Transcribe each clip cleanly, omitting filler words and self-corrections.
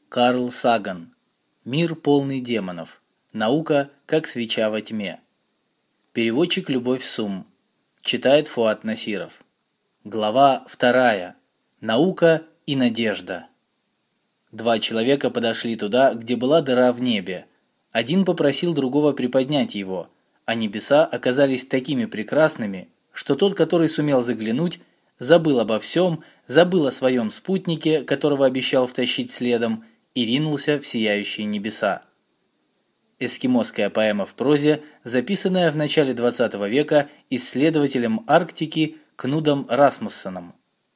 Карл Саган. Мир полный демонов. Наука, как свеча во тьме. Переводчик Любовь Сум. Читает Фуат Насиров. Глава 2. Наука и надежда. Два человека подошли туда, где была дыра в небе. Один попросил другого приподнять его, а небеса оказались такими прекрасными, что тот, который сумел заглянуть, забыл обо всем, забыл о своем спутнике, которого обещал втащить следом, и ринулся в сияющие небеса. Эскимосская поэма в прозе, записанная в начале XX века исследователем Арктики Кнудом Расмуссеном.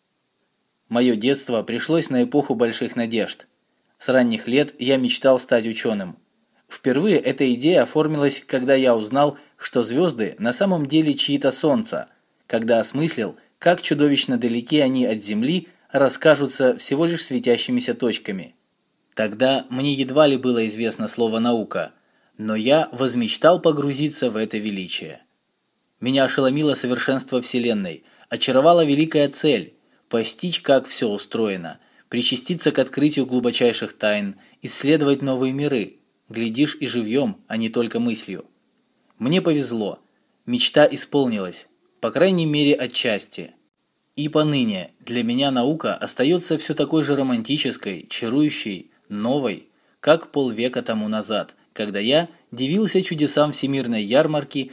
Мое детство пришлось на эпоху больших надежд. С ранних лет я мечтал стать ученым. Впервые эта идея оформилась, когда я узнал, что звезды на самом деле чьи-то солнца, когда осмыслил, как чудовищно далеки они от Земли раскажутся всего лишь светящимися точками. Тогда мне едва ли было известно слово «наука», но я возмечтал погрузиться в это величие. Меня ошеломило совершенство Вселенной, очаровала великая цель – постичь, как все устроено, причаститься к открытию глубочайших тайн, исследовать новые миры, глядишь и живьем, а не только мыслью. Мне повезло, мечта исполнилась, по крайней мере отчасти. И поныне для меня наука остается все такой же романтической, чарующей, новой, как полвека тому назад, когда я дивился чудесам Всемирной ярмарки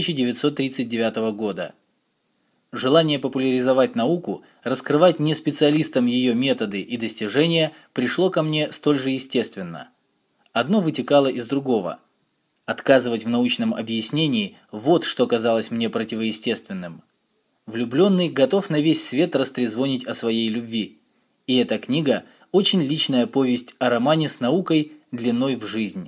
1939 года. Желание популяризовать науку, раскрывать неспециалистам ее методы и достижения пришло ко мне столь же естественно. Одно вытекало из другого. Отказывать в научном объяснении – вот что казалось мне противоестественным. Влюбленный готов на весь свет растрезвонить о своей любви. И эта книга – очень личная повесть о романе с наукой длиной в жизнь.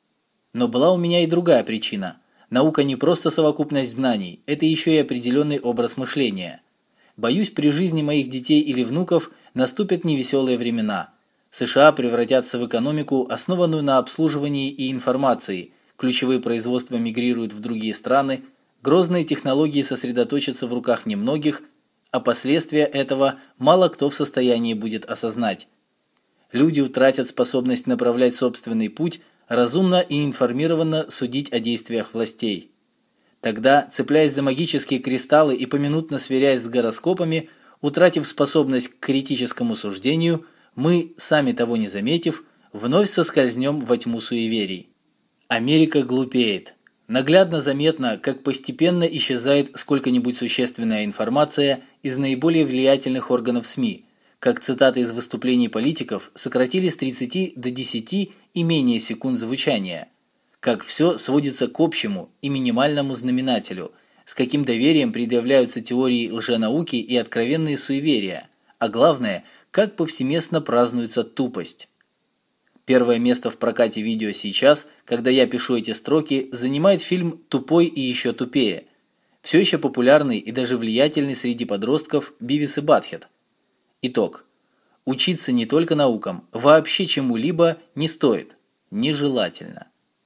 Но была у меня и другая причина. Наука не просто совокупность знаний, это еще и определенный образ мышления. Боюсь, при жизни моих детей или внуков наступят невеселые времена. США превратятся в экономику, основанную на обслуживании и информации, ключевые производства мигрируют в другие страны, грозные технологии сосредоточатся в руках немногих, а последствия этого мало кто в состоянии будет осознать. Люди утратят способность направлять собственный путь, разумно и информированно судить о действиях властей. Тогда, цепляясь за магические кристаллы и поминутно сверяясь с гороскопами, утратив способность к критическому суждению, мы, сами того не заметив, вновь соскользнем во тьму суеверий. Америка глупеет. Наглядно заметно, как постепенно исчезает сколько-нибудь существенная информация из наиболее влиятельных органов СМИ, как цитаты из выступлений политиков сократили с 30 до 10 и менее секунд звучания, как все сводится к общему и минимальному знаменателю, с каким доверием предъявляются теории лженауки и откровенные суеверия, а главное, как повсеместно празднуется тупость. Первое место в прокате видео сейчас, когда я пишу эти строки, занимает фильм «Тупой и еще тупее», все еще популярный и даже влиятельный среди подростков Бивис и Батхед. Итог. Учиться не только наукам, вообще чему-либо не стоит, нежелательно.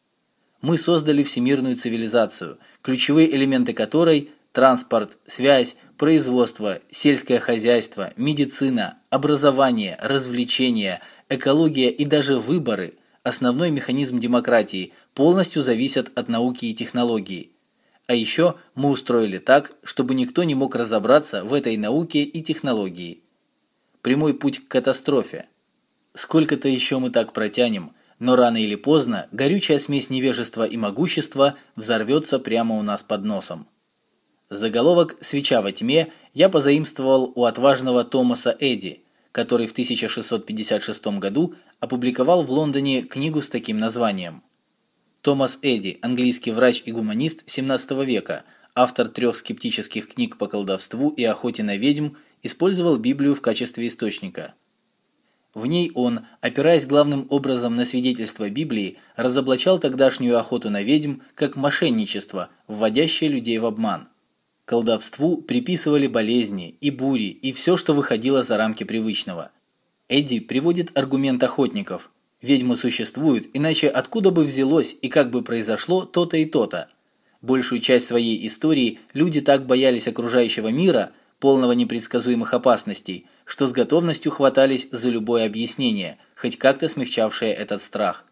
Мы создали всемирную цивилизацию, ключевые элементы которой – транспорт, связь, производство, сельское хозяйство, медицина, образование, развлечения, экология и даже выборы – основной механизм демократии, полностью зависят от науки и технологий. А еще мы устроили так, чтобы никто не мог разобраться в этой науке и технологии. Прямой путь к катастрофе. Сколько-то еще мы так протянем, но рано или поздно горючая смесь невежества и могущества взорвется прямо у нас под носом. Заголовок «Свеча во тьме» я позаимствовал у отважного Томаса Эдди, который в 1656 году опубликовал в Лондоне книгу с таким названием. Томас Эдди, английский врач и гуманист XVII века, автор 3 скептических книг по колдовству и охоте на ведьм, использовал Библию в качестве источника. В ней он, опираясь главным образом на свидетельства Библии, разоблачал тогдашнюю охоту на ведьм как мошенничество, вводящее людей в обман. Колдовству приписывали болезни и бури и все, что выходило за рамки привычного. Эдди приводит аргумент охотников. Ведьмы существуют, иначе откуда бы взялось и как бы произошло то-то и то-то. Большую часть своей истории люди так боялись окружающего мира, полного непредсказуемых опасностей, что с готовностью хватались за любое объяснение – хоть как-то смягчавшее этот страх.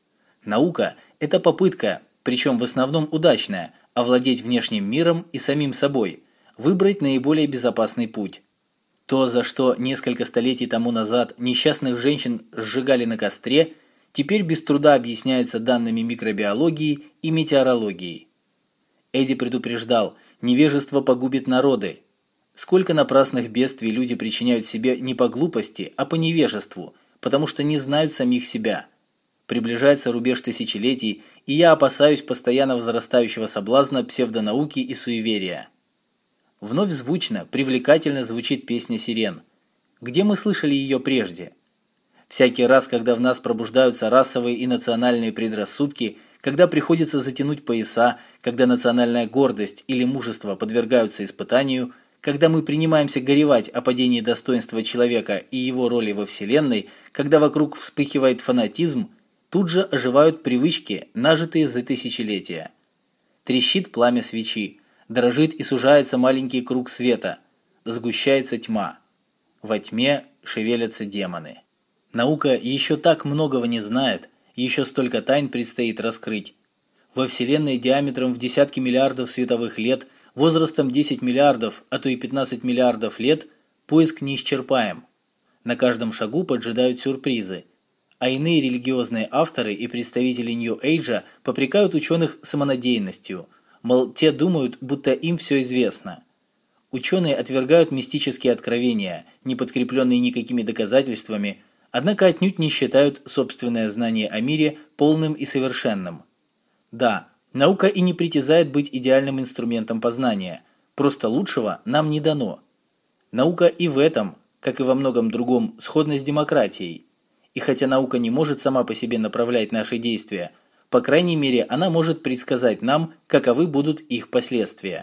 Наука – это попытка, причем в основном удачная, овладеть внешним миром и самим собой, выбрать наиболее безопасный путь. То, за что несколько столетий тому назад несчастных женщин сжигали на костре, теперь без труда объясняется данными микробиологии и метеорологии. Эдди предупреждал, невежество погубит народы. Сколько напрасных бедствий люди причиняют себе не по глупости, а по невежеству, потому что не знают самих себя. Приближается рубеж тысячелетий, и я опасаюсь постоянно возрастающего соблазна псевдонауки и суеверия. Вновь звучно, привлекательно звучит песня сирен. Где мы слышали ее прежде? Всякий раз, когда в нас пробуждаются расовые и национальные предрассудки, когда приходится затянуть пояса, когда национальная гордость или мужество подвергаются испытанию, когда мы принимаемся горевать о падении достоинства человека и его роли во Вселенной, когда вокруг вспыхивает фанатизм, тут же оживают привычки, нажитые за тысячелетия. Трещит пламя свечи, дрожит и сужается маленький круг света, сгущается тьма. Во тьме шевелятся демоны. Наука еще так многого не знает, еще столько тайн предстоит раскрыть. Во Вселенной диаметром в десятки миллиардов световых лет, возрастом 10 миллиардов, а то и 15 миллиардов лет, поиск неисчерпаем. На каждом шагу поджидают сюрпризы. А иные религиозные авторы и представители Нью-Эйджа попрекают ученых самонадеянностью, мол, те думают, будто им все известно. Ученые отвергают мистические откровения, не подкрепленные никакими доказательствами, однако отнюдь не считают собственное знание о мире полным и совершенным. Да, наука и не притязает быть идеальным инструментом познания, просто лучшего нам не дано. Наука и в этом, как и во многом другом, сходна с демократией. И хотя наука не может сама по себе направлять наши действия, по крайней мере, она может предсказать нам, каковы будут их последствия.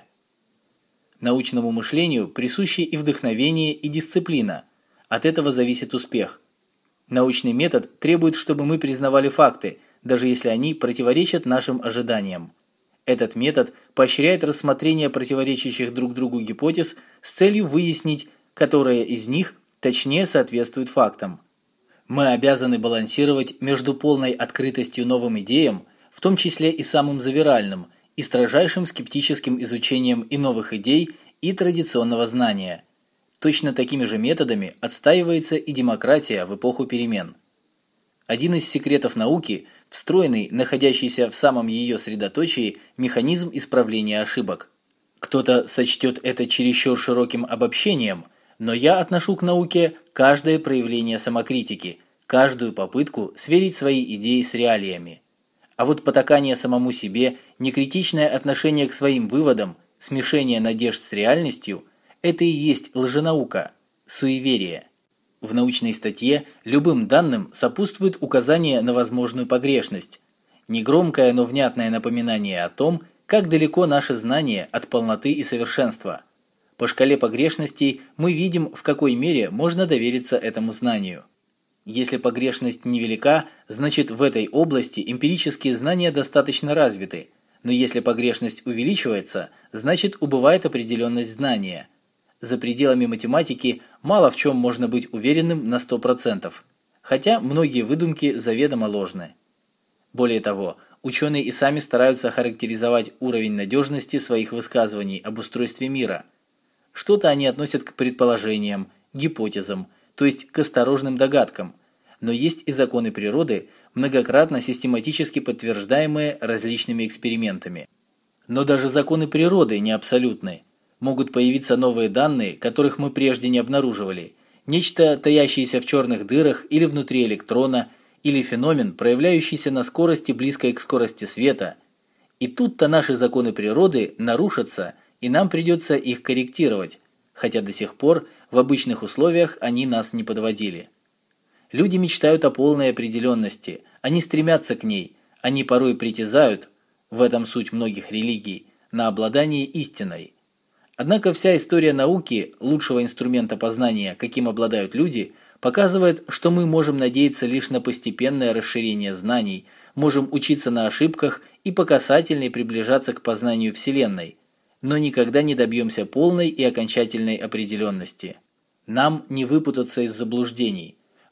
Научному мышлению присущи и вдохновение, и дисциплина. От этого зависит успех. Научный метод требует, чтобы мы признавали факты, даже если они противоречат нашим ожиданиям. Этот метод поощряет рассмотрение противоречащих друг другу гипотез с целью выяснить, которая из них точнее соответствует фактам. Мы обязаны балансировать между полной открытостью новым идеям, в том числе и самым завиральным, и строжайшим скептическим изучением и новых идей, и традиционного знания. Точно такими же методами отстаивается и демократия в эпоху перемен. Один из секретов науки – встроенный, находящийся в самом ее средоточии, механизм исправления ошибок. Кто-то сочтет это чересчур широким обобщением, но я отношу к науке каждое проявление самокритики, каждую попытку сверить свои идеи с реалиями. А вот потакание самому себе, некритичное отношение к своим выводам, смешение надежд с реальностью – это и есть лженаука, суеверие. В научной статье любым данным сопутствует указание на возможную погрешность, негромкое, но внятное напоминание о том, как далеко наше знание от полноты и совершенства. По шкале погрешностей мы видим, в какой мере можно довериться этому знанию. Если погрешность невелика, значит в этой области эмпирические знания достаточно развиты, но если погрешность увеличивается, значит убывает определенность знания. За пределами математики мало в чем можно быть уверенным на 100%, хотя многие выдумки заведомо ложны. Более того, ученые и сами стараются характеризовать уровень надежности своих высказываний об устройстве мира. Что-то они относят к предположениям, гипотезам, то есть к осторожным догадкам, но есть и законы природы, многократно систематически подтверждаемые различными экспериментами. Но даже законы природы не абсолютны. Могут появиться новые данные, которых мы прежде не обнаруживали, нечто, таящееся в черных дырах или внутри электрона, или феномен, проявляющийся на скорости, близкой к скорости света. И тут-то наши законы природы нарушатся, и нам придется их корректировать, хотя до сих пор в обычных условиях они нас не подводили. Люди мечтают о полной определенности, они стремятся к ней, они порой притязают, в этом суть многих религий, на обладание истиной. Однако вся история науки, лучшего инструмента познания, каким обладают люди, показывает, что мы можем надеяться лишь на постепенное расширение знаний, можем учиться на ошибках и по касательной приближаться к познанию Вселенной, но никогда не добьемся полной и окончательной определенности. Нам не выпутаться из заблуждений.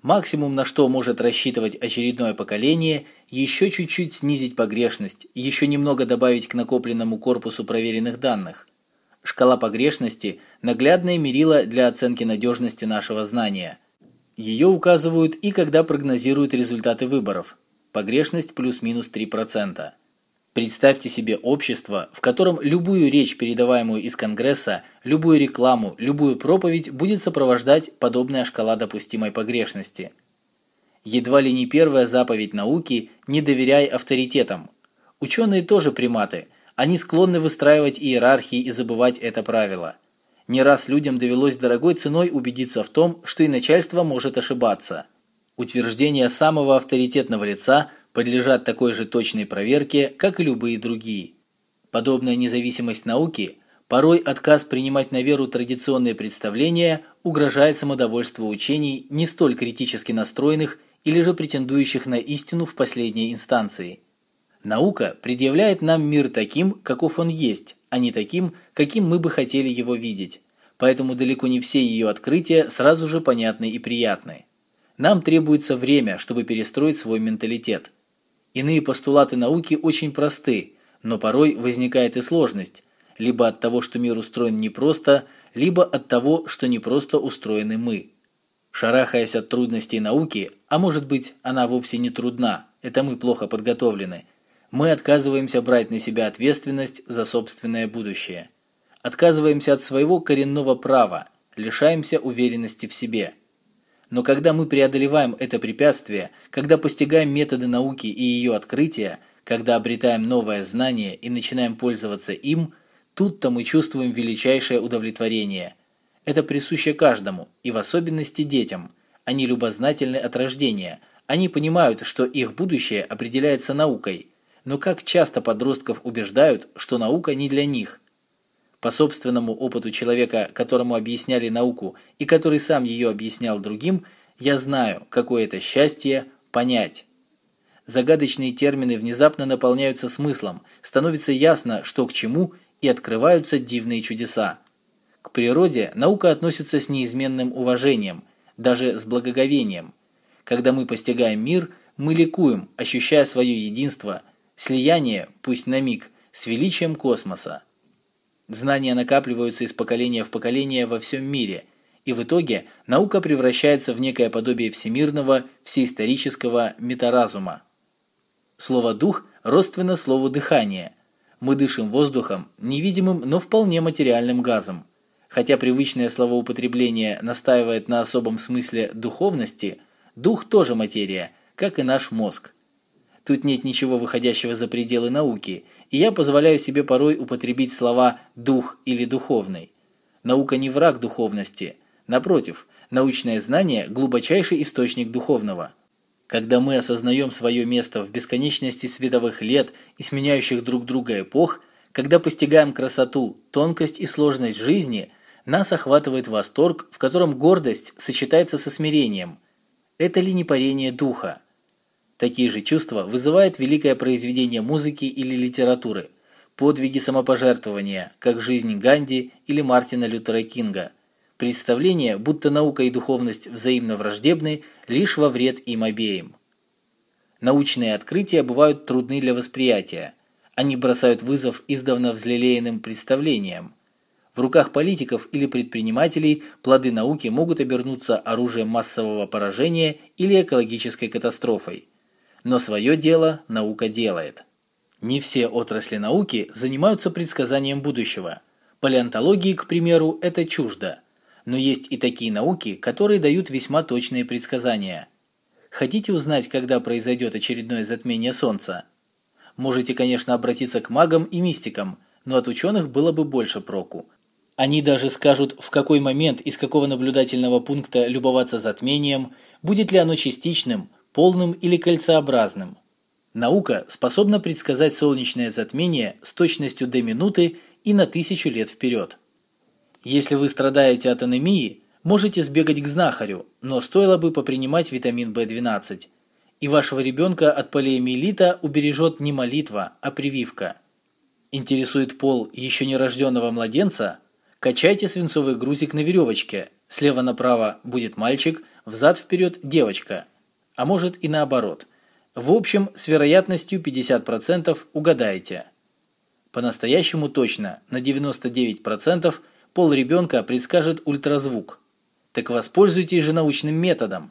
Максимум, на что может рассчитывать очередное поколение, еще чуть-чуть снизить погрешность, еще немного добавить к накопленному корпусу проверенных данных. Шкала погрешности – наглядное мерило для оценки надежности нашего знания. Ее указывают и когда прогнозируют результаты выборов. Погрешность плюс-минус 3%. Представьте себе общество, в котором любую речь, передаваемую из Конгресса, любую рекламу, любую проповедь будет сопровождать подобная шкала допустимой погрешности. Едва ли не первая заповедь науки – не доверяй авторитетам. Ученые тоже приматы, они склонны выстраивать иерархии и забывать это правило. Не раз людям довелось дорогой ценой убедиться в том, что и начальство может ошибаться. Утверждения самого авторитетного лица подлежат такой же точной проверке, как и любые другие. Подобная независимость науки, порой отказ принимать на веру традиционные представления, угрожает самодовольству учений, не столь критически настроенных или же претендующих на истину в последней инстанции. Наука предъявляет нам мир таким, каков он есть, а не таким, каким мы бы хотели его видеть. Поэтому далеко не все ее открытия сразу же понятны и приятны. Нам требуется время, чтобы перестроить свой менталитет. Иные постулаты науки очень просты, но порой возникает и сложность, либо от того, что мир устроен непросто, либо от того, что непросто устроены мы. Шарахаясь от трудностей науки, а может быть, она вовсе не трудна, это мы плохо подготовлены, мы отказываемся брать на себя ответственность за собственное будущее. Отказываемся от своего коренного права, лишаемся уверенности в себе. Но когда мы преодолеваем это препятствие, когда постигаем методы науки и ее открытия, когда обретаем новое знание и начинаем пользоваться им, тут-то мы чувствуем величайшее удовлетворение. Это присуще каждому, и в особенности детям. Они любознательны от рождения, они понимают, что их будущее определяется наукой. Но как часто подростков убеждают, что наука не для них? По собственному опыту человека, которому объясняли науку и который сам ее объяснял другим, я знаю, какое это счастье понять. Загадочные термины внезапно наполняются смыслом, становится ясно, что к чему, и открываются дивные чудеса. К природе наука относится с неизменным уважением, даже с благоговением. Когда мы постигаем мир, мы ликуем, ощущая свое единство, слияние, пусть на миг, с величием космоса. Знания накапливаются из поколения в поколение во всем мире, и в итоге наука превращается в некое подобие всемирного, всеисторического метаразума. Слово «дух» родственно слову «дыхание». Мы дышим воздухом, невидимым, но вполне материальным газом. Хотя привычное словоупотребление настаивает на особом смысле духовности, дух тоже материя, как и наш мозг. Тут нет ничего выходящего за пределы науки, и я позволяю себе порой употребить слова «дух» или «духовный». Наука не враг духовности. Напротив, научное знание – глубочайший источник духовного. Когда мы осознаем свое место в бесконечности световых лет и сменяющих друг друга эпох, когда постигаем красоту, тонкость и сложность жизни, нас охватывает восторг, в котором гордость сочетается со смирением. Это ли не парение духа? Такие же чувства вызывает великое произведение музыки или литературы, подвиги самопожертвования, как жизнь Ганди или Мартина Лютера Кинга. Представление, будто наука и духовность взаимно враждебны, лишь во вред им обеим. Научные открытия бывают трудны для восприятия. Они бросают вызов издавна взлелеянным представлениям. В руках политиков или предпринимателей плоды науки могут обернуться оружием массового поражения или экологической катастрофой. Но свое дело наука делает. Не все отрасли науки занимаются предсказанием будущего. Палеонтологии, к примеру, это чуждо. Но есть и такие науки, которые дают весьма точные предсказания. Хотите узнать, когда произойдет очередное затмение Солнца? Можете, конечно, обратиться к магам и мистикам, но от ученых было бы больше проку. Они даже скажут, в какой момент и с какого наблюдательного пункта любоваться затмением, будет ли оно частичным, полным или кольцеобразным. Наука способна предсказать солнечное затмение с точностью до минуты и на 1000 лет вперед. Если вы страдаете от анемии, можете сбегать к знахарю, но стоило бы попринимать витамин В12. И вашего ребенка от полиомиелита убережет не молитва, а прививка. Интересует пол еще нерожденного младенца? Качайте свинцовый грузик на веревочке. Слева направо будет мальчик, взад-вперед девочка. А может и наоборот. В общем, с вероятностью 50% угадаете. По-настоящему точно, на 99% пол ребенка предскажет ультразвук. Так воспользуйтесь же научным методом.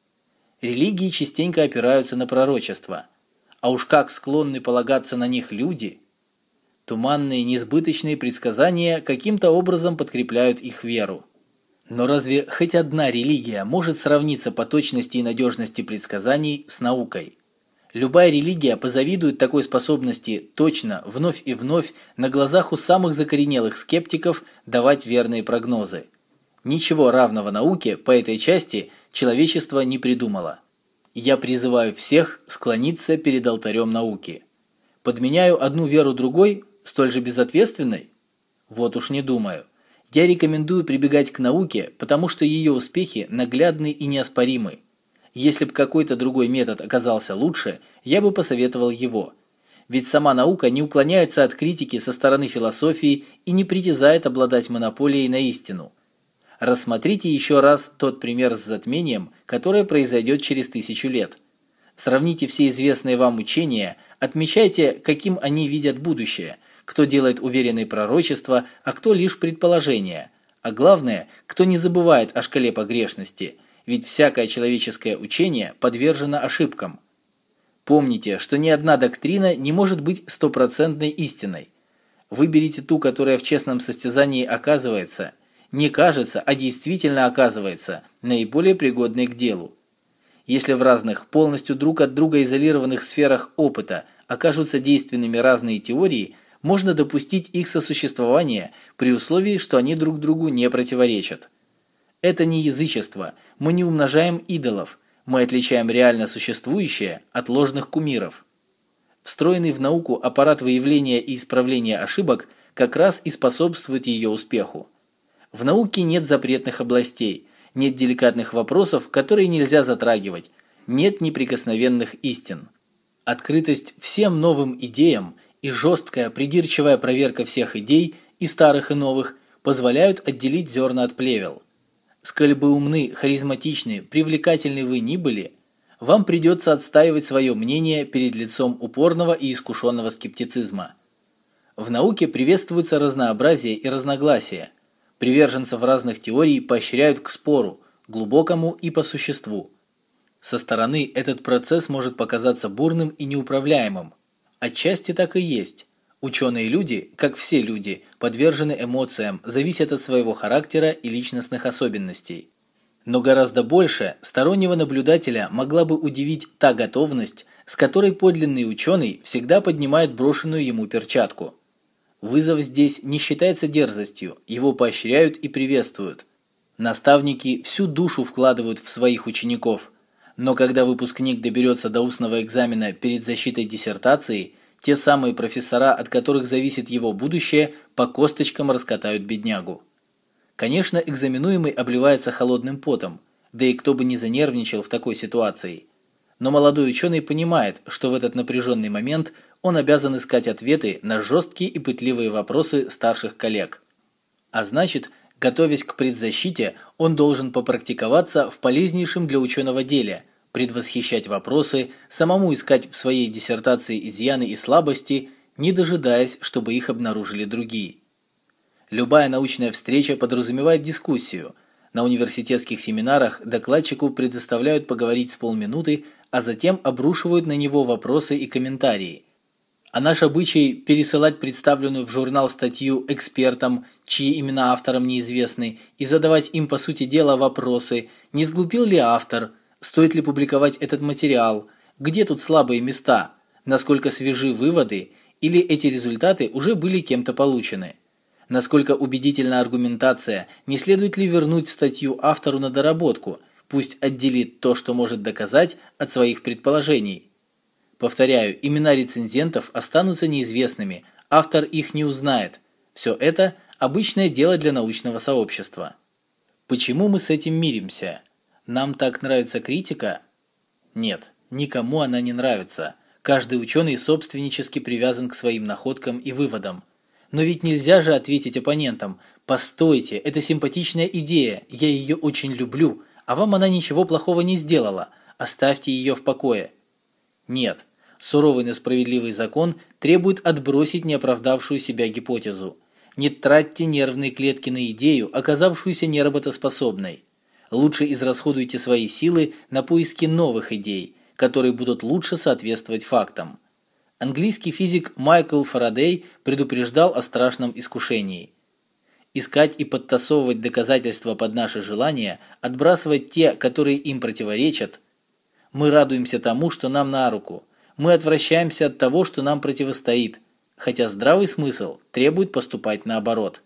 Религии частенько опираются на пророчества. А уж как склонны полагаться на них люди. Туманные, несбыточные предсказания каким-то образом подкрепляют их веру. Но разве хоть одна религия может сравниться по точности и надежности предсказаний с наукой? Любая религия позавидует такой способности точно, вновь и вновь, на глазах у самых закоренелых скептиков давать верные прогнозы. Ничего равного науке по этой части человечество не придумало. Я призываю всех склониться перед алтарем науки. Подменяю одну веру другой, столь же безответственной? Вот уж не думаю. Я рекомендую прибегать к науке, потому что ее успехи наглядны и неоспоримы. Если бы какой-то другой метод оказался лучше, я бы посоветовал его. Ведь сама наука не уклоняется от критики со стороны философии и не притязает обладать монополией на истину. Рассмотрите еще раз тот пример с затмением, которое произойдет через 1000 лет. Сравните все известные вам учения, отмечайте, каким они видят будущее, кто делает уверенные пророчества, а кто лишь предположения. А главное, кто не забывает о шкале погрешности, ведь всякое человеческое учение подвержено ошибкам. Помните, что ни одна доктрина не может быть стопроцентной истиной. Выберите ту, которая в честном состязании оказывается, не кажется, а действительно оказывается, наиболее пригодной к делу. Если в разных, полностью друг от друга изолированных сферах опыта окажутся действенными разные теории, можно допустить их сосуществование при условии, что они друг другу не противоречат. Это не язычество, мы не умножаем идолов, мы отличаем реально существующее от ложных кумиров. Встроенный в науку аппарат выявления и исправления ошибок как раз и способствует ее успеху. В науке нет запретных областей, нет деликатных вопросов, которые нельзя затрагивать, нет неприкосновенных истин. Открытость всем новым идеям и жесткая, придирчивая проверка всех идей, и старых, и новых, позволяют отделить зерна от плевел. Сколь бы умны, харизматичны, привлекательны вы ни были, вам придется отстаивать свое мнение перед лицом упорного и искушенного скептицизма. В науке приветствуется разнообразие и разногласия. Приверженцев разных теорий поощряют к спору, глубокому и по существу. Со стороны этот процесс может показаться бурным и неуправляемым. Отчасти так и есть. Ученые люди, как все люди, подвержены эмоциям, зависят от своего характера и личностных особенностей. Но гораздо больше стороннего наблюдателя могла бы удивить та готовность, с которой подлинный ученый всегда поднимает брошенную ему перчатку. Вызов здесь не считается дерзостью, его поощряют и приветствуют. Наставники всю душу вкладывают в своих учеников, но когда выпускник доберется до устного экзамена перед защитой диссертации, те самые профессора, от которых зависит его будущее, по косточкам раскатают беднягу. Конечно, экзаменуемый обливается холодным потом, да и кто бы не занервничал в такой ситуации. Но молодой ученый понимает, что в этот напряженный момент он обязан искать ответы на жесткие и пытливые вопросы старших коллег. А значит, готовясь к предзащите, он должен попрактиковаться в полезнейшем для ученого деле, предвосхищать вопросы, самому искать в своей диссертации изъяны и слабости, не дожидаясь, чтобы их обнаружили другие. Любая научная встреча подразумевает дискуссию. На университетских семинарах докладчику предоставляют поговорить с полминуты, а затем обрушивают на него вопросы и комментарии. А наш обычай пересылать представленную в журнал статью экспертам, чьи имена авторам неизвестны, и задавать им по сути дела вопросы: не сглупил ли автор, стоит ли публиковать этот материал, где тут слабые места, насколько свежи выводы, или эти результаты уже были кем-то получены. Насколько убедительна аргументация, не следует ли вернуть статью автору на доработку, пусть отделит то, что может доказать, от своих предположений. Повторяю, имена рецензентов останутся неизвестными, автор их не узнает. Все это обычное дело для научного сообщества. Почему мы с этим миримся? Нам так нравится критика? Нет, никому она не нравится. Каждый ученый собственнически привязан к своим находкам и выводам. Но ведь нельзя же ответить оппонентам: «Постойте, это симпатичная идея, я ее очень люблю, а вам она ничего плохого не сделала, оставьте ее в покое. Нет, суровый, но справедливый закон требует отбросить неоправдавшую себя гипотезу. Не тратьте нервные клетки на идею, оказавшуюся неработоспособной. Лучше израсходуйте свои силы на поиски новых идей, которые будут лучше соответствовать фактам. Английский физик Майкл Фарадей предупреждал о страшном искушении. Искать и подтасовывать доказательства под наши желания, отбрасывать те, которые им противоречат. Мы радуемся тому, что нам на руку. Мы отвращаемся от того, что нам противостоит, хотя здравый смысл требует поступать наоборот.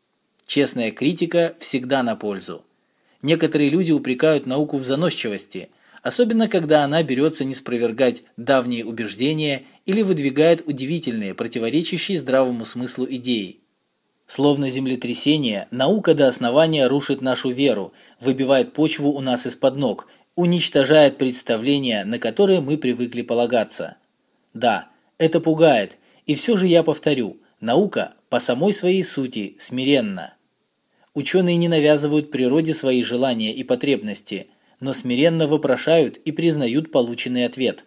Честная критика всегда на пользу. Некоторые люди упрекают науку в заносчивости, особенно когда она берется не спровергать давние убеждения или выдвигает удивительные, противоречащие здравому смыслу идеи. Словно землетрясение, наука до основания рушит нашу веру, выбивает почву у нас из-под ног, уничтожает представления, на которые мы привыкли полагаться. Да, это пугает, и все же я повторю, наука по самой своей сути смиренна. Ученые не навязывают природе свои желания и потребности, но смиренно вопрошают и признают полученный ответ.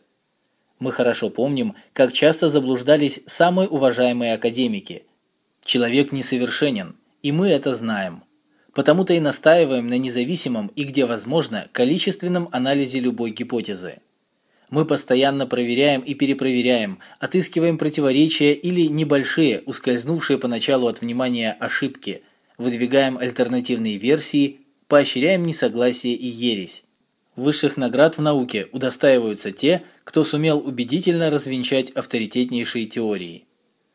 Мы хорошо помним, как часто заблуждались самые уважаемые академики. Человек несовершенен, и мы это знаем. Потому-то и настаиваем на независимом и, где возможно, количественном анализе любой гипотезы. Мы постоянно проверяем и перепроверяем, отыскиваем противоречия или небольшие, ускользнувшие поначалу от внимания ошибки, выдвигаем альтернативные версии, поощряем несогласие и ересь. Высших наград в науке удостаиваются те, кто сумел убедительно развенчать авторитетнейшие теории.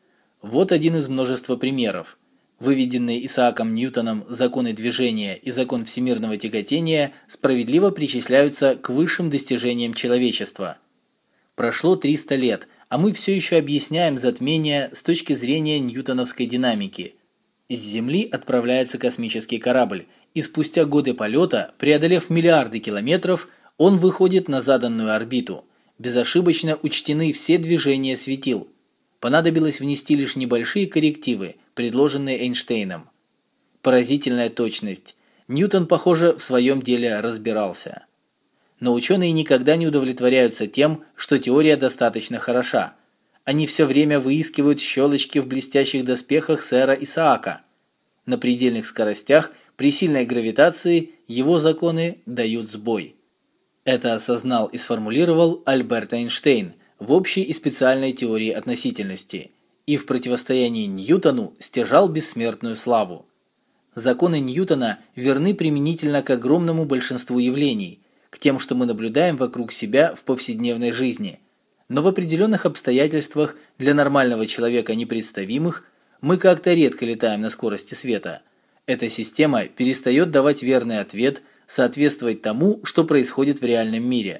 Вот один из множества примеров. Выведенные Исааком Ньютоном законы движения и закон всемирного тяготения справедливо причисляются к высшим достижениям человечества. Прошло 300 лет, а мы все еще объясняем затмение с точки зрения ньютоновской динамики. С Земли отправляется космический корабль, и спустя годы полета, преодолев миллиарды километров, он выходит на заданную орбиту. Безошибочно учтены все движения светил. Понадобилось внести лишь небольшие коррективы, предложенные Эйнштейном. Поразительная точность. Ньютон, похоже, в своем деле разбирался. Но ученые никогда не удовлетворяются тем, что теория достаточно хороша. Они все время выискивают щелочки в блестящих доспехах сэра Исаака. На предельных скоростях, при сильной гравитации, его законы дают сбой. Это осознал и сформулировал Альберт Эйнштейн в общей и специальной теории относительности, и в противостоянии Ньютону стяжал бессмертную славу. Законы Ньютона верны применительно к огромному большинству явлений, к тем, что мы наблюдаем вокруг себя в повседневной жизни, но в определенных обстоятельствах, для нормального человека непредставимых, мы как-то редко летаем на скорости света. Эта система перестает давать верный ответ, соответствовать тому, что происходит в реальном мире.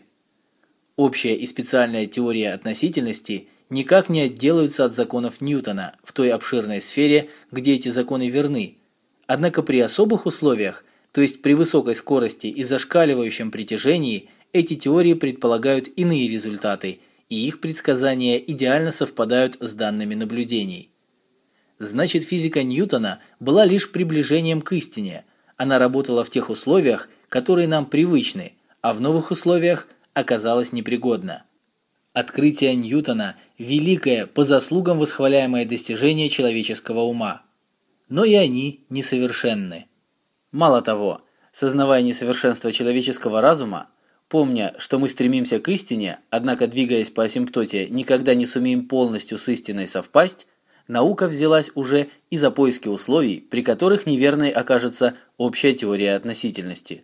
Общая и специальная теория относительности никак не отделаются от законов Ньютона в той обширной сфере, где эти законы верны. Однако при особых условиях, то есть при высокой скорости и зашкаливающем притяжении, эти теории предполагают иные результаты, и их предсказания идеально совпадают с данными наблюдений. Значит, физика Ньютона была лишь приближением к истине. Она работала в тех условиях, которые нам привычны, а в новых условиях оказалась непригодна. Открытие Ньютона – великое, по заслугам восхваляемое достижение человеческого ума. Но и они несовершенны. Мало того, сознавая несовершенство человеческого разума, помня, что мы стремимся к истине, однако, двигаясь по асимптоте, никогда не сумеем полностью с истиной совпасть, наука взялась уже и за поиски условий, при которых неверной окажется общая теория относительности.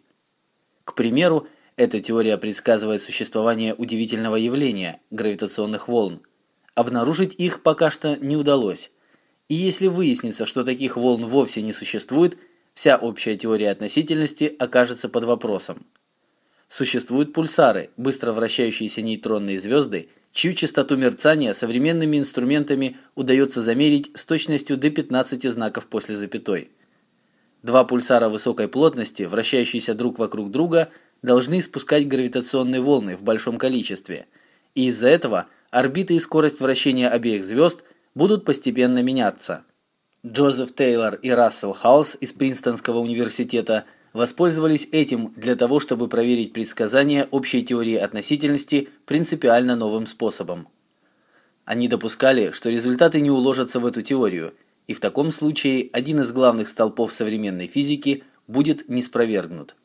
К примеру, эта теория предсказывает существование удивительного явления – гравитационных волн. Обнаружить их пока что не удалось. И если выяснится, что таких волн вовсе не существует, вся общая теория относительности окажется под вопросом. Существуют пульсары, быстро вращающиеся нейтронные звезды, чью частоту мерцания современными инструментами удается замерить с точностью до 15 знаков после запятой. Два пульсара высокой плотности, вращающиеся друг вокруг друга, должны испускать гравитационные волны в большом количестве, и из-за этого орбиты и скорость вращения обеих звезд будут постепенно меняться. Джозеф Тейлор и Рассел Халс из Принстонского университета воспользовались этим для того, чтобы проверить предсказания общей теории относительности принципиально новым способом. Они допускали, что результаты не уложатся в эту теорию, и в таком случае один из главных столпов современной физики будет ниспровергнут.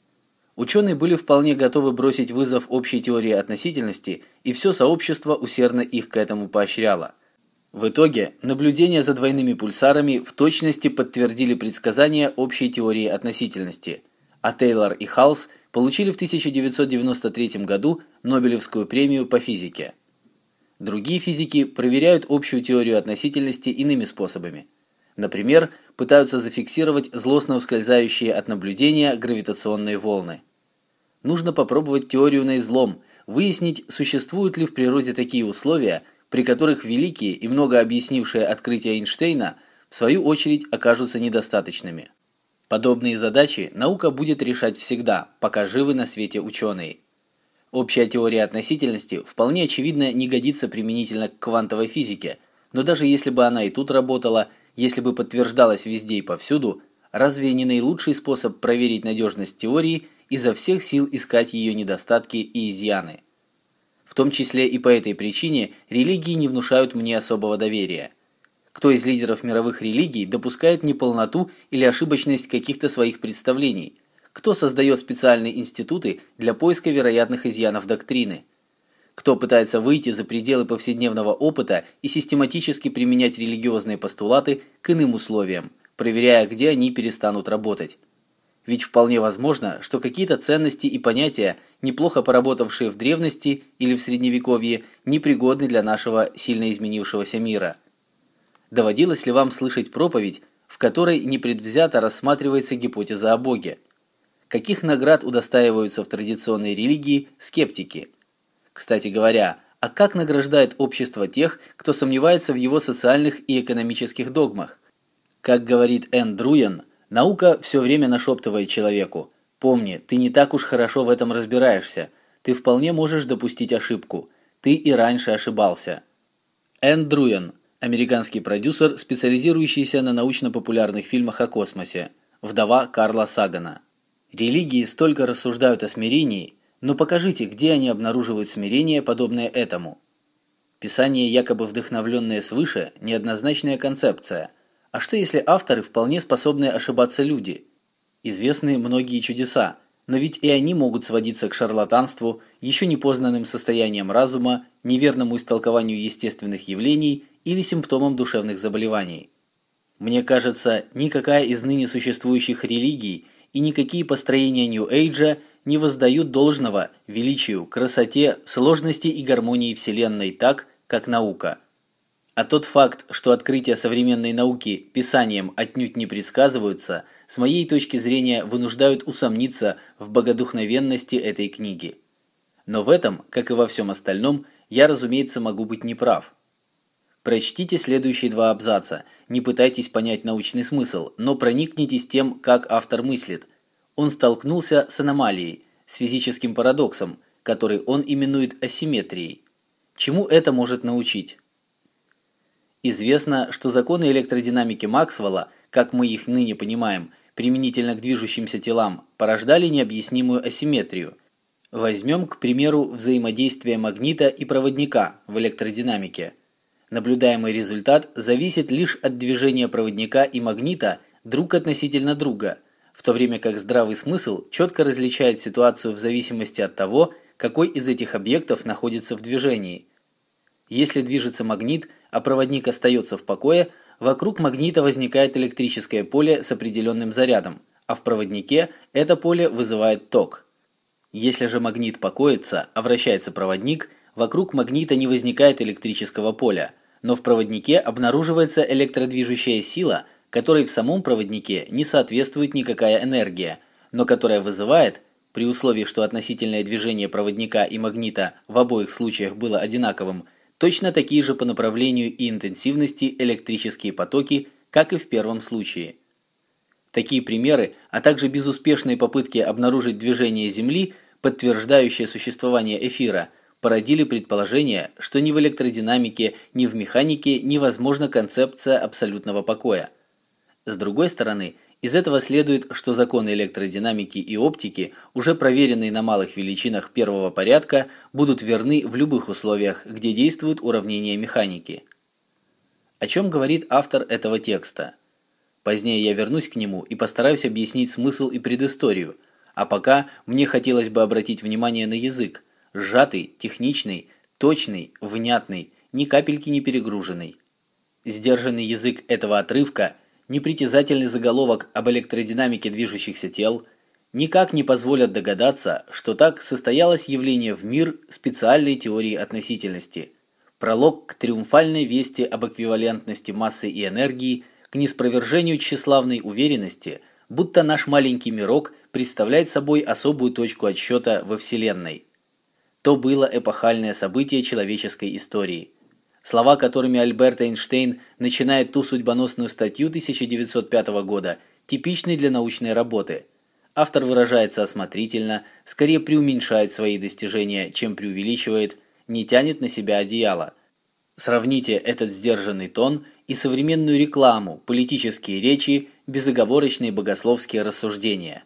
Ученые были вполне готовы бросить вызов общей теории относительности, и все сообщество усердно их к этому поощряло. В итоге наблюдения за двойными пульсарами в точности подтвердили предсказания общей теории относительности, а Тейлор и Халс получили в 1993 году Нобелевскую премию по физике. Другие физики проверяют общую теорию относительности иными способами. Например, пытаются зафиксировать злостно ускользающие от наблюдения гравитационные волны. Нужно попробовать теорию наизлом, выяснить, существуют ли в природе такие условия, при которых великие и много объяснившие открытия Эйнштейна в свою очередь окажутся недостаточными. Подобные задачи наука будет решать всегда, пока живы на свете ученые. Общая теория относительности вполне очевидно не годится применительно к квантовой физике, но даже если бы она и тут работала, если бы подтверждалась везде и повсюду, разве не наилучший способ проверить надежность теории изо всех сил искать ее недостатки и изъяны? В том числе и по этой причине религии не внушают мне особого доверия. Кто из лидеров мировых религий допускает неполноту или ошибочность каких-то своих представлений? Кто создает специальные институты для поиска вероятных изъянов доктрины? Кто пытается выйти за пределы повседневного опыта и систематически применять религиозные постулаты к иным условиям, проверяя, где они перестанут работать? Ведь вполне возможно, что какие-то ценности и понятия, неплохо поработавшие в древности или в средневековье, непригодны для нашего сильно изменившегося мира. Доводилось ли вам слышать проповедь, в которой непредвзято рассматривается гипотеза о Боге? Каких наград удостаиваются в традиционной религии скептики? Кстати говоря, а как награждает общество тех, кто сомневается в его социальных и экономических догмах? Как говорит Энн Друян, наука все время нашептывает человеку: «Помни, ты не так уж хорошо в этом разбираешься, ты вполне можешь допустить ошибку, ты и раньше ошибался». Энн Друян, американский продюсер, специализирующийся на научно-популярных фильмах о космосе, вдова Карла Сагана. Религии столько рассуждают о смирении, но покажите, где они обнаруживают смирение, подобное этому. Писание, якобы вдохновленное свыше, неоднозначная концепция. А что если авторы вполне способные ошибаться люди? Известны многие чудеса, но ведь и они могут сводиться к шарлатанству, еще непознанным состояниям разума, неверному истолкованию естественных явлений или симптомам душевных заболеваний. Мне кажется, никакая из ныне существующих религий и никакие построения Нью-Эйджа не воздают должного величию, красоте, сложности и гармонии Вселенной так, как наука. А тот факт, что открытия современной науки писанием отнюдь не предсказываются, с моей точки зрения вынуждают усомниться в богодухновенности этой книги. Но в этом, как и во всем остальном, я, разумеется, могу быть неправ. Прочтите следующие два абзаца, не пытайтесь понять научный смысл, но проникнитесь тем, как автор мыслит. Он столкнулся с аномалией, с физическим парадоксом, который он именует асимметрией. Чему это может научить? Известно, что законы электродинамики Максвелла, как мы их ныне понимаем, применительно к движущимся телам, порождали необъяснимую асимметрию. Возьмем, к примеру, взаимодействие магнита и проводника в электродинамике. Наблюдаемый результат зависит лишь от движения проводника и магнита друг относительно друга, в то время как здравый смысл четко различает ситуацию в зависимости от того, какой из этих объектов находится в движении. Если движется магнит, а проводник остается в покое, вокруг магнита возникает электрическое поле с определенным зарядом, а в проводнике это поле вызывает ток. Если же магнит покоится, а вращается проводник, вокруг магнита не возникает электрического поля, но в проводнике обнаруживается электродвижущая сила, которой в самом проводнике не соответствует никакая энергия, но которая вызывает, при условии, что относительное движение проводника и магнита в обоих случаях было одинаковым, точно такие же по направлению и интенсивности электрические потоки, как и в первом случае. Такие примеры, а также безуспешные попытки обнаружить движение Земли, подтверждающие существование эфира, породили предположение, что ни в электродинамике, ни в механике невозможна концепция абсолютного покоя. С другой стороны, Из этого следует, что законы электродинамики и оптики, уже проверенные на малых величинах первого порядка, будут верны в любых условиях, где действуют уравнения механики. О чем говорит автор этого текста? Позднее я вернусь к нему и постараюсь объяснить смысл и предысторию, а пока мне хотелось бы обратить внимание на язык, сжатый, техничный, точный, внятный, ни капельки не перегруженный. Сдержанный язык этого отрывка, непритязательный заголовок об электродинамике движущихся тел никак не позволят догадаться, что так состоялось явление в мир специальной теории относительности, пролог к триумфальной вести об эквивалентности массы и энергии, к неспровержению тщеславной уверенности, будто наш маленький мирок представляет собой особую точку отсчета во Вселенной. То было эпохальное событие человеческой истории. Слова, которыми Альберт Эйнштейн начинает ту судьбоносную статью 1905 года, типичны для научной работы. Автор выражается осмотрительно, скорее преуменьшает свои достижения, чем преувеличивает, не тянет на себя одеяло. Сравните этот сдержанный тон и современную рекламу, политические речи, безоговорочные богословские рассуждения.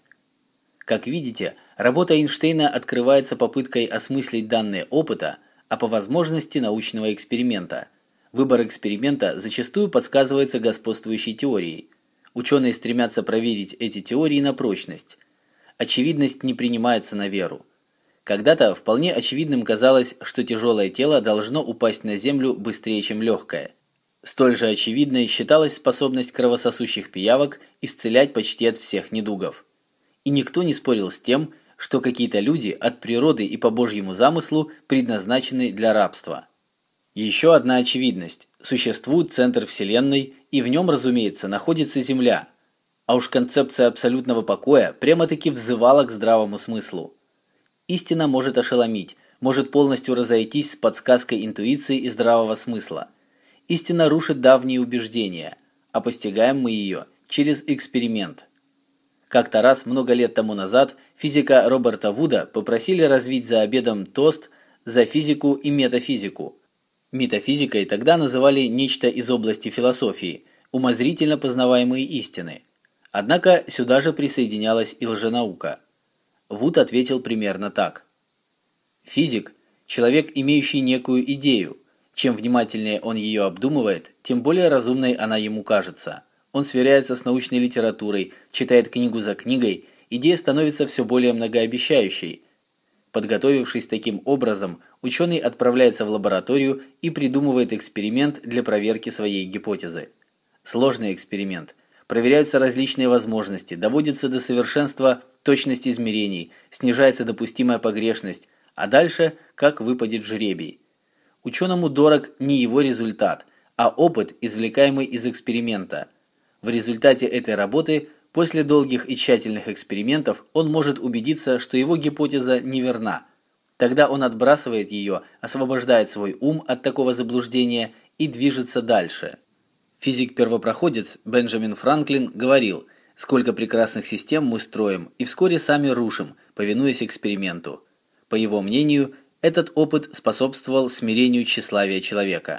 Как видите, работа Эйнштейна открывается попыткой осмыслить данные опыта, а по возможности научного эксперимента. Выбор эксперимента зачастую подсказывается господствующей теорией. Ученые стремятся проверить эти теории на прочность. Очевидность не принимается на веру. Когда-то вполне очевидным казалось, что тяжелое тело должно упасть на землю быстрее, чем легкое. Столь же очевидной считалась способность кровососущих пиявок исцелять почти от всех недугов. И никто не спорил с тем, что какие-то люди от природы и по Божьему замыслу предназначены для рабства. Еще одна очевидность. Существует центр Вселенной, и в нем, разумеется, находится Земля. А уж концепция абсолютного покоя прямо-таки взывала к здравому смыслу. Истина может ошеломить, может полностью разойтись с подсказкой интуиции и здравого смысла. Истина рушит давние убеждения, а постигаем мы ее через эксперимент. Как-то раз, много лет тому назад, физика Роберта Вуда попросили развить за обедом тост за физику и метафизику. Метафизикой тогда называли нечто из области философии, умозрительно познаваемые истины. Однако сюда же присоединялась и лженаука. Вуд ответил примерно так. Физик – человек, имеющий некую идею. Чем внимательнее он ее обдумывает, тем более разумной она ему кажется. Он сверяется с научной литературой, читает книгу за книгой, идея становится все более многообещающей. Подготовившись таким образом, ученый отправляется в лабораторию и придумывает эксперимент для проверки своей гипотезы. Сложный эксперимент. Проверяются различные возможности, доводится до совершенства точность измерений, снижается допустимая погрешность, а дальше как выпадет жребий. Ученому дорог не его результат, а опыт, извлекаемый из эксперимента. В результате этой работы, после долгих и тщательных экспериментов, он может убедиться, что его гипотеза неверна. Тогда он отбрасывает ее, освобождает свой ум от такого заблуждения и движется дальше. Физик-первопроходец Бенджамин Франклин говорил: «Сколько прекрасных систем мы строим и вскоре сами рушим, повинуясь эксперименту». По его мнению, этот опыт способствовал смирению тщеславия человека.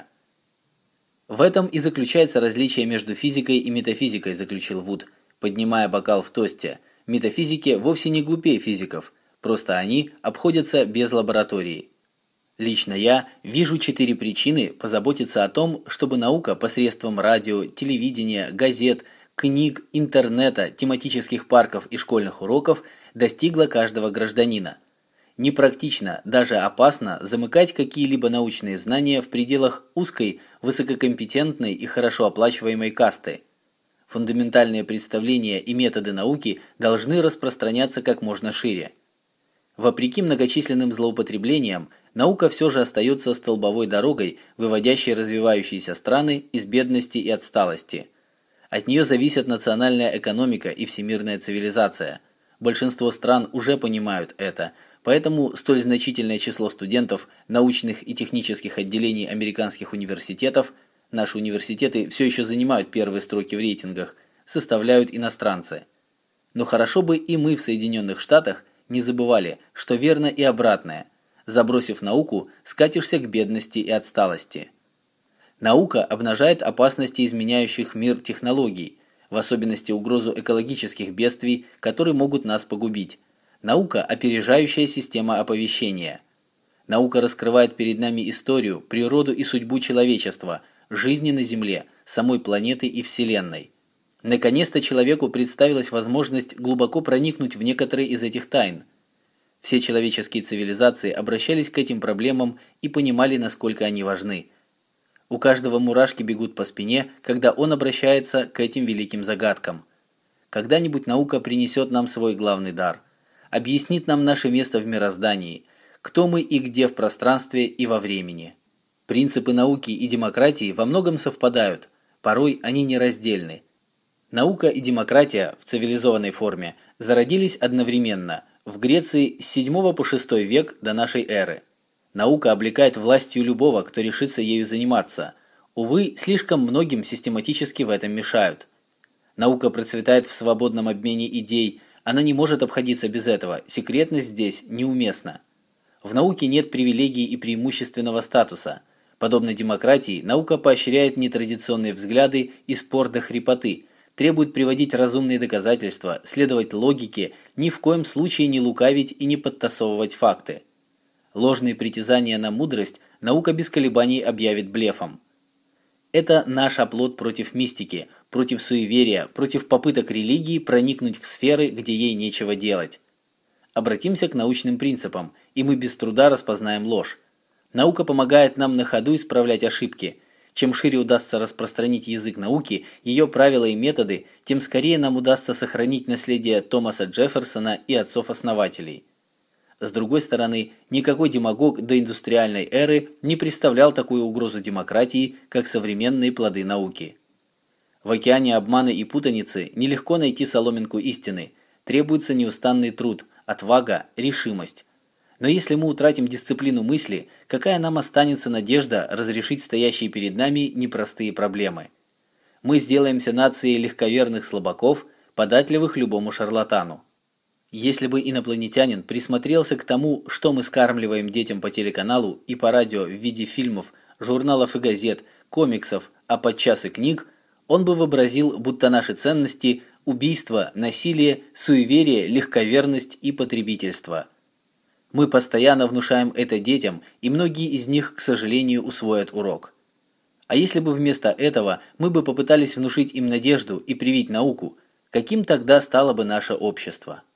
В этом и заключается различие между физикой и метафизикой, заключил Вуд, поднимая бокал в тосте. Метафизики вовсе не глупее физиков, просто они обходятся без лаборатории. Лично я вижу 4 причины позаботиться о том, чтобы наука посредством радио, телевидения, газет, книг, интернета, тематических парков и школьных уроков достигла каждого гражданина. Непрактично, даже опасно замыкать какие-либо научные знания в пределах узкой, высококомпетентной и хорошо оплачиваемой касты. Фундаментальные представления и методы науки должны распространяться как можно шире. Вопреки многочисленным злоупотреблениям, наука все же остается столбовой дорогой, выводящей развивающиеся страны из бедности и отсталости. От нее зависят национальная экономика и всемирная цивилизация. Большинство стран уже понимают это, поэтому столь значительное число студентов научных и технических отделений американских университетов, наши университеты все еще занимают первые строки в рейтингах, составляют иностранцы. Но хорошо бы и мы в Соединенных Штатах не забывали, что верно и обратное. Забросив науку, скатишься к бедности и отсталости. Наука обнажает опасности изменяющих мир технологий. в особенности угрозу экологических бедствий, которые могут нас погубить. Наука – опережающая система оповещения. Наука раскрывает перед нами историю, природу и судьбу человечества, жизни на Земле, самой планеты и Вселенной. Наконец-то человеку представилась возможность глубоко проникнуть в некоторые из этих тайн. Все человеческие цивилизации обращались к этим проблемам и понимали, насколько они важны. У каждого мурашки бегут по спине, когда он обращается к этим великим загадкам. Когда-нибудь наука принесет нам свой главный дар, объяснит нам наше место в мироздании, кто мы и где в пространстве и во времени. Принципы науки и демократии во многом совпадают, порой они нераздельны. Наука и демократия в цивилизованной форме зародились одновременно в Греции с 7 по 6 век до нашей эры. Наука облекает властью любого, кто решится ею заниматься. Увы, слишком многим систематически в этом мешают. Наука процветает в свободном обмене идей, она не может обходиться без этого, секретность здесь неуместна. В науке нет привилегий и преимущественного статуса. Подобно демократии, наука поощряет нетрадиционные взгляды и спор до хрипоты, требует приводить разумные доказательства, следовать логике, ни в коем случае не лукавить и не подтасовывать факты. Ложные притязания на мудрость наука без колебаний объявит блефом. Это наш оплот против мистики, против суеверия, против попыток религии проникнуть в сферы, где ей нечего делать. Обратимся к научным принципам, и мы без труда распознаем ложь. Наука помогает нам на ходу исправлять ошибки. Чем шире удастся распространить язык науки, ее правила и методы, тем скорее нам удастся сохранить наследие Томаса Джефферсона и отцов-основателей. С другой стороны, никакой демагог до индустриальной эры не представлял такую угрозу демократии, как современные плоды науки. В океане обмана и путаницы нелегко найти соломинку истины, требуется неустанный труд, отвага, решимость. Но если мы утратим дисциплину мысли, какая нам останется надежда разрешить стоящие перед нами непростые проблемы? Мы сделаемся нацией легковерных слабаков, податливых любому шарлатану. Если бы инопланетянин присмотрелся к тому, что мы скармливаем детям по телеканалу и по радио в виде фильмов, журналов и газет, комиксов, а подчас и книг, он бы вообразил, будто наши ценности – убийство, насилие, суеверие, легковерность и потребительство. Мы постоянно внушаем это детям, и многие из них, к сожалению, усвоят урок. А если бы вместо этого мы бы попытались внушить им надежду и привить науку, каким тогда стало бы наше общество?